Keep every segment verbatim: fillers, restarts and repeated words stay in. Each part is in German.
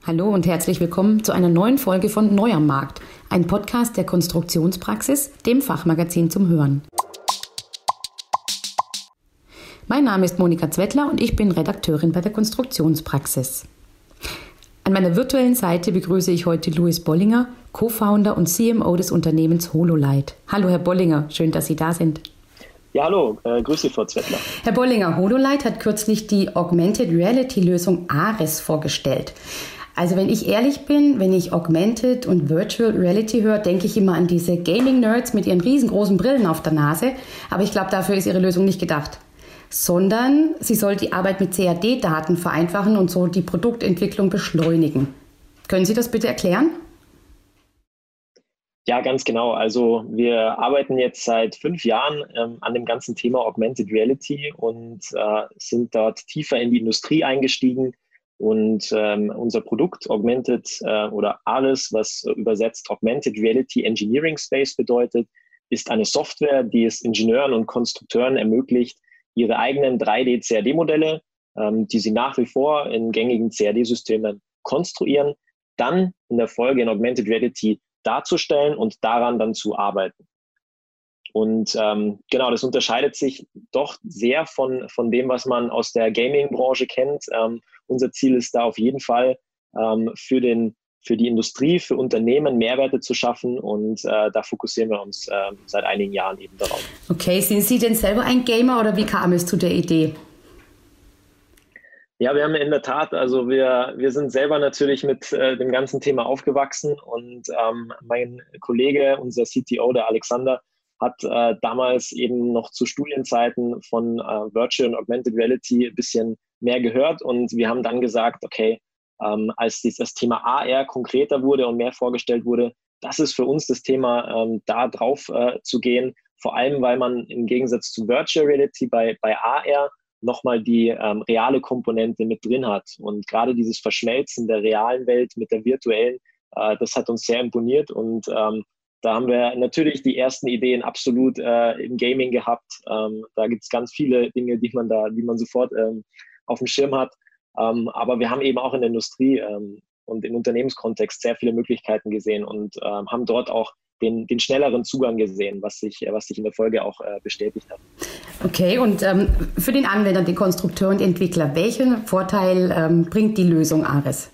Hallo und herzlich willkommen zu einer neuen Folge von Neu am Markt, ein Podcast der Konstruktionspraxis, dem Fachmagazin zum Hören. Mein Name ist Monika Zwettler und ich bin Redakteurin bei der Konstruktionspraxis. An meiner virtuellen Seite begrüße ich heute Louis Bollinger, Co-Founder und C M O des Unternehmens HoloLight. Hallo Herr Bollinger, schön, dass Sie da sind. Ja, hallo, äh, grüß Sie, Frau Zwettler. Herr Bollinger, HoloLight hat kürzlich die Augmented Reality Lösung ARES vorgestellt. Also wenn ich ehrlich bin, wenn ich Augmented und Virtual Reality höre, denke ich immer an diese Gaming-Nerds mit ihren riesengroßen Brillen auf der Nase. Aber ich glaube, dafür ist Ihre Lösung nicht gedacht. Sondern sie soll die Arbeit mit C A D-Daten vereinfachen und so die Produktentwicklung beschleunigen. Können Sie das bitte erklären? Ja, ganz genau. Also wir arbeiten jetzt seit fünf Jahren ähm, an dem ganzen Thema Augmented Reality und äh, sind dort tiefer in die Industrie eingestiegen. Und ähm, unser Produkt Augmented äh, oder ARES, was übersetzt Augmented Reality Engineering Space bedeutet, ist eine Software, die es Ingenieuren und Konstrukteuren ermöglicht, ihre eigenen drei D-C A D-Modelle, ähm, die sie nach wie vor in gängigen C A D-Systemen konstruieren, dann in der Folge in Augmented Reality darzustellen und daran dann zu arbeiten. Und ähm, genau, das unterscheidet sich doch sehr von, von dem, was man aus der Gaming-Branche kennt. Ähm, unser Ziel ist da auf jeden Fall ähm, für, den, für die Industrie, für Unternehmen Mehrwerte zu schaffen und äh, da fokussieren wir uns äh, seit einigen Jahren eben darauf. Okay, sind Sie denn selber ein Gamer oder wie kam es zu der Idee? Ja, wir haben in der Tat, also wir, wir sind selber natürlich mit äh, dem ganzen Thema aufgewachsen und ähm, mein Kollege, unser C T O, der Alexander, hat äh, damals eben noch zu Studienzeiten von äh, Virtual und Augmented Reality ein bisschen mehr gehört und wir haben dann gesagt, okay, ähm, als das Thema A R konkreter wurde und mehr vorgestellt wurde, das ist für uns das Thema, ähm, da drauf äh, zu gehen, vor allem, weil man im Gegensatz zu Virtual Reality bei, bei A R nochmal die ähm, reale Komponente mit drin hat und gerade dieses Verschmelzen der realen Welt mit der virtuellen, äh, das hat uns sehr imponiert und ähm, da haben wir natürlich die ersten Ideen absolut äh, im Gaming gehabt. Ähm, da gibt es ganz viele Dinge, die man da, die man sofort ähm, auf dem Schirm hat. Ähm, aber wir haben eben auch in der Industrie ähm, und im Unternehmenskontext sehr viele Möglichkeiten gesehen und ähm, haben dort auch den, den schnelleren Zugang gesehen, was sich, was sich in der Folge auch äh, bestätigt hat. Okay, und ähm, für den Anwender, den Konstrukteur und Entwickler, welchen Vorteil ähm, bringt die Lösung ARES?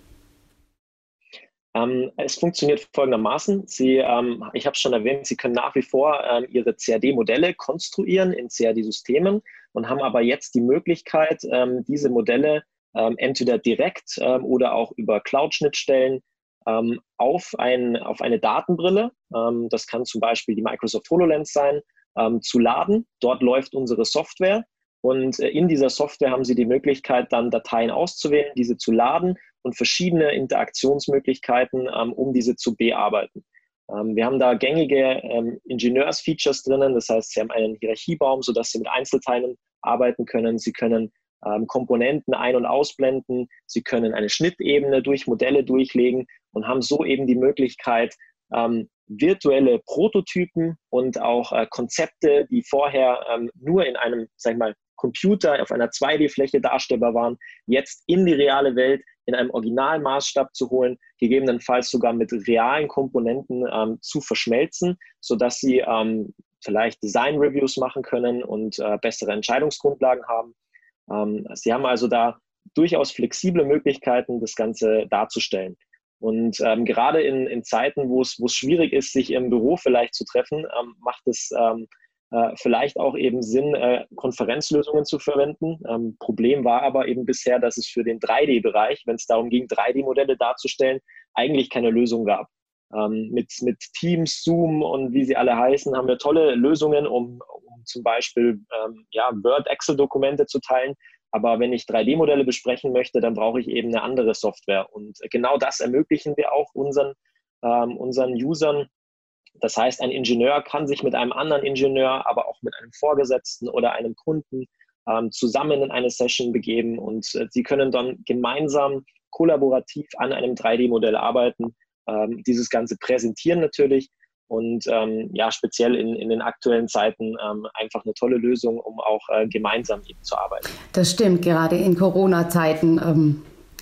Ähm, es funktioniert folgendermaßen. Sie, ähm, ich habe es schon erwähnt, Sie können nach wie vor ähm, Ihre C A D-Modelle konstruieren in C A D-Systemen und haben aber jetzt die Möglichkeit, ähm, diese Modelle ähm, entweder direkt ähm, oder auch über Cloud-Schnittstellen ähm, auf, ein, auf eine Datenbrille, ähm, das kann zum Beispiel die Microsoft HoloLens sein, ähm, zu laden. Dort läuft unsere Software und äh, in dieser Software haben Sie die Möglichkeit, dann Dateien auszuwählen, diese zu laden und verschiedene Interaktionsmöglichkeiten, ähm, um diese zu bearbeiten. Ähm, wir haben da gängige ähm, Ingenieursfeatures drinnen, das heißt, Sie haben einen Hierarchiebaum, sodass Sie mit Einzelteilen arbeiten können. Sie können ähm, Komponenten ein- und ausblenden. Sie können eine Schnittebene durch Modelle durchlegen und haben so eben die Möglichkeit, ähm, virtuelle Prototypen und auch äh, Konzepte, die vorher ähm, nur in einem, sag ich mal, Computer auf einer zwei D-Fläche darstellbar waren, jetzt in die reale Welt in einem Originalmaßstab zu holen, gegebenenfalls sogar mit realen Komponenten ähm, zu verschmelzen, sodass sie ähm, vielleicht Design-Reviews machen können und äh, bessere Entscheidungsgrundlagen haben. Ähm, sie haben also da durchaus flexible Möglichkeiten, das Ganze darzustellen. Und ähm, gerade in, in Zeiten, wo es wo es schwierig ist, sich im Büro vielleicht zu treffen, ähm, macht es ähm, äh, vielleicht auch eben Sinn, äh, Konferenzlösungen zu verwenden. Ähm, Problem war aber eben bisher, dass es für den drei D-Bereich, wenn es darum ging, drei D-Modelle darzustellen, eigentlich keine Lösung gab. Ähm, mit, mit Teams, Zoom und wie sie alle heißen, haben wir tolle Lösungen, um, um zum Beispiel ähm, ja, Word-, Excel-Dokumente zu teilen. Aber wenn ich drei D-Modelle besprechen möchte, dann brauche ich eben eine andere Software. Und genau das ermöglichen wir auch unseren, ähm, unseren Usern. Das heißt, ein Ingenieur kann sich mit einem anderen Ingenieur, aber auch mit einem Vorgesetzten oder einem Kunden ähm, zusammen in eine Session begeben. Und äh, sie können dann gemeinsam kollaborativ an einem drei D-Modell arbeiten, ähm, dieses Ganze präsentieren natürlich. Und ähm, ja, speziell in, in den aktuellen Zeiten ähm, einfach eine tolle Lösung, um auch äh, gemeinsam eben zu arbeiten. Das stimmt, gerade in Corona-Zeiten ähm,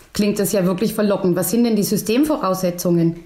klingt das ja wirklich verlockend. Was sind denn die Systemvoraussetzungen?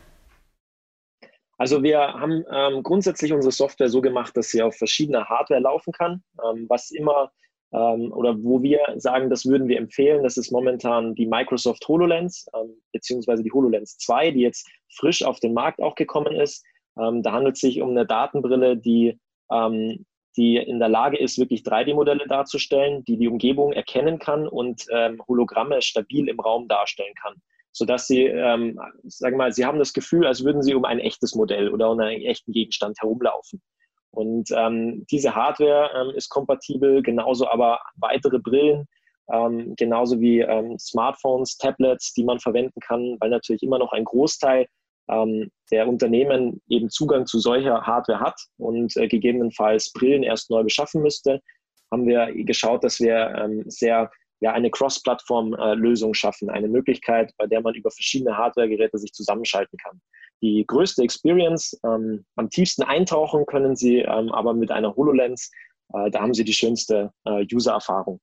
Also wir haben ähm, grundsätzlich unsere Software so gemacht, dass sie auf verschiedener Hardware laufen kann. Ähm, was immer ähm, oder wo wir sagen, das würden wir empfehlen, das ist momentan die Microsoft HoloLens, ähm, beziehungsweise die HoloLens zwei, die jetzt frisch auf den Markt auch gekommen ist. Ähm, da handelt es sich um eine Datenbrille, die, ähm, die in der Lage ist, wirklich drei D-Modelle darzustellen, die die Umgebung erkennen kann und ähm, Hologramme stabil im Raum darstellen kann, sodass sie, ähm, sagen wir mal, sie haben das Gefühl, als würden sie um ein echtes Modell oder um einen echten Gegenstand herumlaufen. Und ähm, diese Hardware ähm, ist kompatibel, genauso aber weitere Brillen, ähm, genauso wie ähm, Smartphones, Tablets, die man verwenden kann, weil natürlich immer noch ein Großteil ähm, der Unternehmen eben Zugang zu solcher Hardware hat und äh, gegebenenfalls Brillen erst neu beschaffen müsste, haben wir geschaut, dass wir ähm, sehr ja, eine Cross-Plattform-Lösung schaffen, eine Möglichkeit, bei der man über verschiedene Hardware-Geräte sich zusammenschalten kann. Die größte Experience, ähm, am tiefsten eintauchen können Sie ähm, aber mit einer HoloLens, äh, da haben Sie die schönste äh, User-Erfahrung.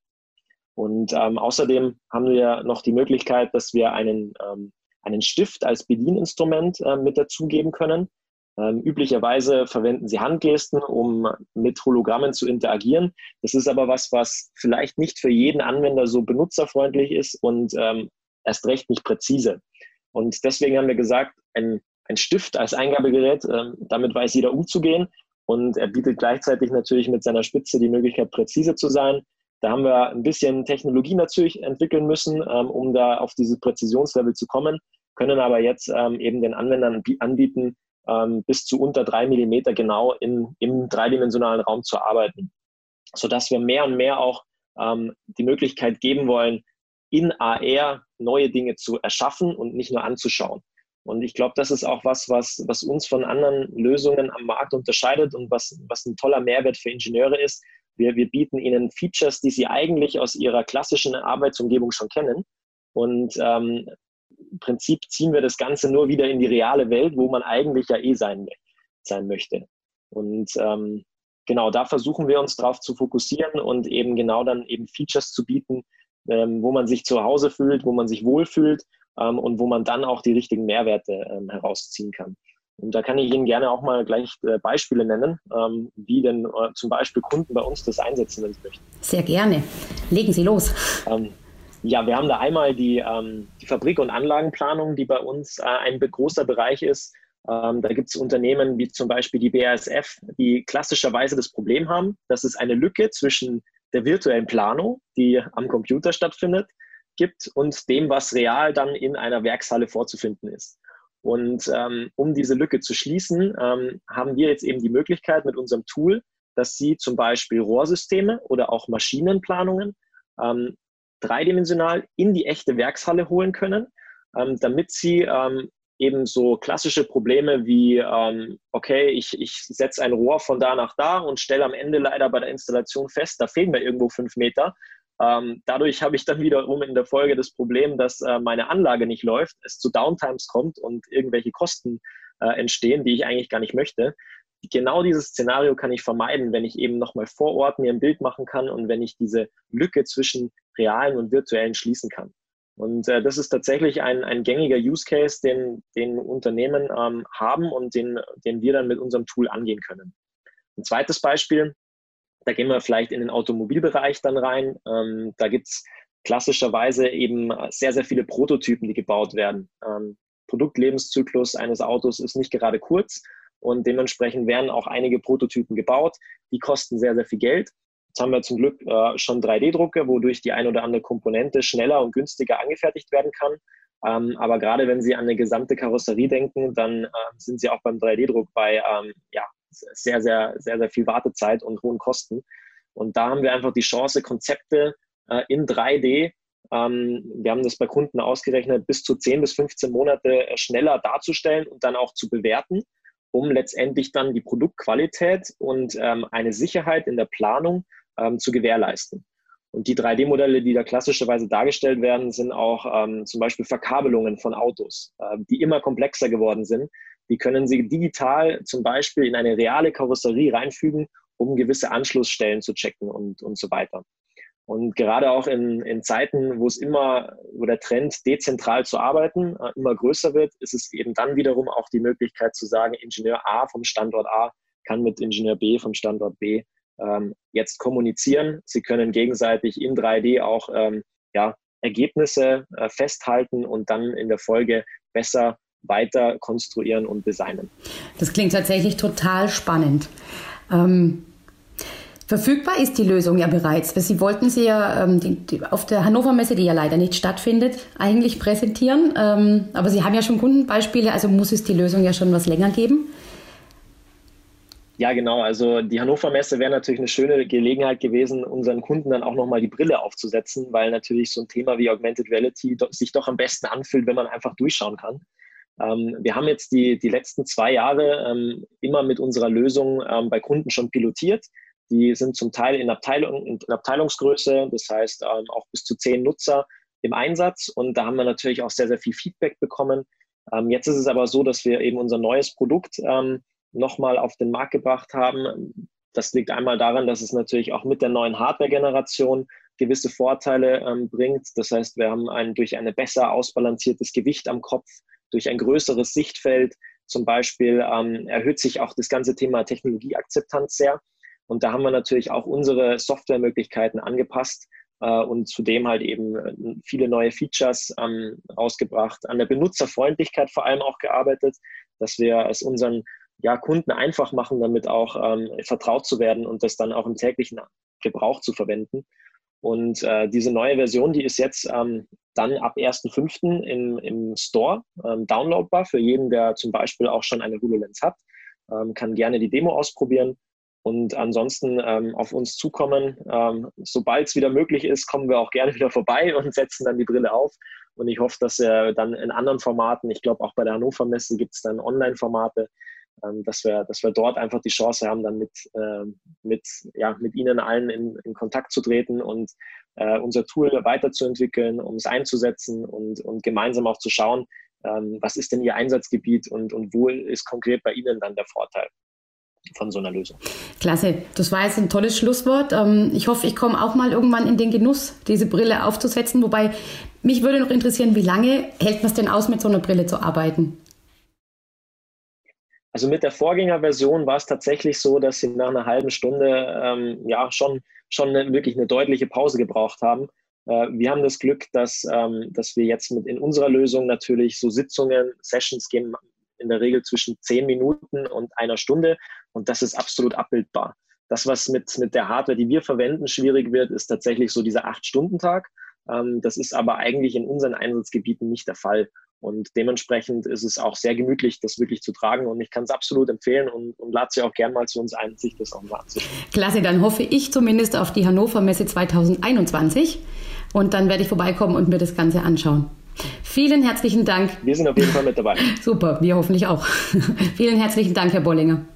Und ähm, außerdem haben wir noch die Möglichkeit, dass wir einen, ähm, einen Stift als Bedieninstrument äh, mit dazugeben können. Ähm, üblicherweise verwenden Sie Handgesten, um mit Hologrammen zu interagieren. Das ist aber was, was vielleicht nicht für jeden Anwender so benutzerfreundlich ist und ähm, erst recht nicht präzise. Und deswegen haben wir gesagt, ein, ein Stift als Eingabegerät, äh, damit weiß jeder umzugehen und er bietet gleichzeitig natürlich mit seiner Spitze die Möglichkeit, präzise zu sein. Da haben wir ein bisschen Technologie natürlich entwickeln müssen, ähm, um da auf dieses Präzisionslevel zu kommen, können aber jetzt ähm, eben den Anwendern anbieten, ähm, bis zu unter drei Millimeter genau in, im dreidimensionalen Raum zu arbeiten, sodass wir mehr und mehr auch ähm, die Möglichkeit geben wollen, in A R neue Dinge zu erschaffen und nicht nur anzuschauen. Und ich glaube, das ist auch was, was, was uns von anderen Lösungen am Markt unterscheidet und was, was ein toller Mehrwert für Ingenieure ist. Wir, wir bieten ihnen Features, die sie eigentlich aus ihrer klassischen Arbeitsumgebung schon kennen. Und ähm, im Prinzip ziehen wir das Ganze nur wieder in die reale Welt, wo man eigentlich ja eh sein, sein möchte. Und ähm, genau, da versuchen wir uns drauf zu fokussieren und eben genau dann eben Features zu bieten, ähm, wo man sich zu Hause fühlt, wo man sich wohlfühlt ähm, und wo man dann auch die richtigen Mehrwerte ähm, herausziehen kann. Und da kann ich Ihnen gerne auch mal gleich äh, Beispiele nennen, ähm, wie denn äh, zum Beispiel Kunden bei uns das einsetzen, wenn sie möchten. Sehr gerne. Legen Sie los. Ähm, ja, wir haben da einmal die, ähm, die Fabrik- und Anlagenplanung, die bei uns äh, ein großer Bereich ist. Ähm, da gibt es Unternehmen wie zum Beispiel die B A S F, die klassischerweise das Problem haben, dass es eine Lücke zwischen der virtuellen Planung, die am Computer stattfindet, gibt und dem, was real dann in einer Werkshalle vorzufinden ist. Und ähm, um diese Lücke zu schließen, ähm, haben wir jetzt eben die Möglichkeit mit unserem Tool, dass Sie zum Beispiel Rohrsysteme oder auch Maschinenplanungen ähm, dreidimensional in die echte Werkshalle holen können, ähm, damit Sie ähm, eben so klassische Probleme wie, ähm, okay, ich, ich setze ein Rohr von da nach da und stelle am Ende leider bei der Installation fest, da fehlen mir irgendwo fünf Meter. Ähm, dadurch habe ich dann wiederum in der Folge das Problem, dass äh, meine Anlage nicht läuft, es zu Downtimes kommt und irgendwelche Kosten äh, entstehen, die ich eigentlich gar nicht möchte. Genau dieses Szenario kann ich vermeiden, wenn ich eben nochmal vor Ort mir ein Bild machen kann und wenn ich diese Lücke zwischen realen und virtuellen schließen kann. Und äh, das ist tatsächlich ein, ein gängiger Use Case, den, den Unternehmen ähm, haben und den, den wir dann mit unserem Tool angehen können. Ein zweites Beispiel, da gehen wir vielleicht in den Automobilbereich dann rein. Ähm, da gibt es klassischerweise eben sehr, sehr viele Prototypen, die gebaut werden. Ähm, Produktlebenszyklus eines Autos ist nicht gerade kurz und dementsprechend werden auch einige Prototypen gebaut. Die kosten sehr, sehr viel Geld. Jetzt haben wir zum Glück äh, schon drei D-Drucke, wodurch die ein oder andere Komponente schneller und günstiger angefertigt werden kann. Ähm, aber gerade wenn Sie an eine gesamte Karosserie denken, dann äh, sind Sie auch beim drei D-Druck bei ähm, ja, sehr, sehr, sehr, sehr viel Wartezeit und hohen Kosten. Und da haben wir einfach die Chance, Konzepte äh, in drei D, ähm, wir haben das bei Kunden ausgerechnet, bis zu zehn bis fünfzehn Monate schneller darzustellen und dann auch zu bewerten, um letztendlich dann die Produktqualität und ähm, eine Sicherheit in der Planung ähm, zu gewährleisten. Und die drei D-Modelle, die da klassischerweise dargestellt werden, sind auch ähm, zum Beispiel Verkabelungen von Autos, äh, die immer komplexer geworden sind. Die können Sie digital zum Beispiel in eine reale Karosserie reinfügen, um gewisse Anschlussstellen zu checken und, und so weiter. Und gerade auch in, in Zeiten, wo es immer, wo der Trend dezentral zu arbeiten äh, immer größer wird, ist es eben dann wiederum auch die Möglichkeit zu sagen, Ingenieur A vom Standort A kann mit Ingenieur B vom Standort B ähm, jetzt kommunizieren. Sie können gegenseitig in drei D auch ähm, ja, Ergebnisse äh, festhalten und dann in der Folge besser weiter konstruieren und designen. Das klingt tatsächlich total spannend. Ähm Verfügbar ist die Lösung ja bereits. Sie wollten sie ja ähm, die, die, auf der Hannover Messe, die ja leider nicht stattfindet, eigentlich präsentieren. Ähm, aber Sie haben ja schon Kundenbeispiele, also muss es die Lösung ja schon was länger geben? Ja, genau. Also die Hannover Messe wäre natürlich eine schöne Gelegenheit gewesen, unseren Kunden dann auch nochmal die Brille aufzusetzen, weil natürlich so ein Thema wie Augmented Reality do, sich doch am besten anfühlt, wenn man einfach durchschauen kann. Ähm, wir haben jetzt die, die letzten zwei Jahre ähm, immer mit unserer Lösung ähm, bei Kunden schon pilotiert. Die sind zum Teil in, Abteilung, in Abteilungsgröße, das heißt ähm, auch bis zu zehn Nutzer im Einsatz. Und da haben wir natürlich auch sehr, sehr viel Feedback bekommen. Ähm, jetzt ist es aber so, dass wir eben unser neues Produkt ähm, nochmal auf den Markt gebracht haben. Das liegt einmal daran, dass es natürlich auch mit der neuen Hardware-Generation gewisse Vorteile ähm, bringt. Das heißt, wir haben ein, durch ein besser ausbalanciertes Gewicht am Kopf, durch ein größeres Sichtfeld zum Beispiel, ähm, erhöht sich auch das ganze Thema Technologieakzeptanz sehr. Und da haben wir natürlich auch unsere Softwaremöglichkeiten angepasst äh, und zudem halt eben viele neue Features ähm, rausgebracht, an der Benutzerfreundlichkeit vor allem auch gearbeitet, dass wir es unseren ja, Kunden einfach machen, damit auch ähm, vertraut zu werden und das dann auch im täglichen Gebrauch zu verwenden. Und äh, diese neue Version, die ist jetzt ähm, dann ab ersten fünften im, im Store ähm, downloadbar für jeden, der zum Beispiel auch schon eine HoloLens hat, ähm, kann gerne die Demo ausprobieren. Und ansonsten ähm, auf uns zukommen. Ähm, sobald es wieder möglich ist, kommen wir auch gerne wieder vorbei und setzen dann die Brille auf. Und ich hoffe, dass wir dann in anderen Formaten, ich glaube auch bei der Hannover Messe gibt es dann Online-Formate, ähm, dass wir, dass wir dort einfach die Chance haben, dann mit, äh, mit, ja, mit Ihnen allen in, in Kontakt zu treten und äh, unser Tool weiterzuentwickeln, um es einzusetzen und, und gemeinsam auch zu schauen, ähm, was ist denn Ihr Einsatzgebiet und, und wo ist konkret bei Ihnen dann der Vorteil von so einer Lösung. Klasse, das war jetzt ein tolles Schlusswort. Ich hoffe, ich komme auch mal irgendwann in den Genuss, diese Brille aufzusetzen. Wobei, mich würde noch interessieren, wie lange hält man es denn aus, mit so einer Brille zu arbeiten? Also mit der Vorgängerversion war es tatsächlich so, dass sie nach einer halben Stunde ähm, ja schon, schon eine, wirklich eine deutliche Pause gebraucht haben. Äh, wir haben das Glück, dass, ähm, dass wir jetzt mit in unserer Lösung natürlich so Sitzungen, Sessions gehen in der Regel zwischen zehn Minuten und einer Stunde und das ist absolut abbildbar. Das, was mit, mit der Hardware, die wir verwenden, schwierig wird, ist tatsächlich so dieser acht-Stunden-Tag. Ähm, das ist aber eigentlich in unseren Einsatzgebieten nicht der Fall und dementsprechend ist es auch sehr gemütlich, das wirklich zu tragen und ich kann es absolut empfehlen und, und lade Sie auch gerne mal zu uns ein, sich das auch mal anzuschauen. Klasse, dann hoffe ich zumindest auf die Hannover Messe zwanzig einundzwanzig und dann werde ich vorbeikommen und mir das Ganze anschauen. Vielen herzlichen Dank. Wir sind auf jeden Fall mit dabei. Super, wir hoffentlich auch. Vielen herzlichen Dank, Herr Bollinger.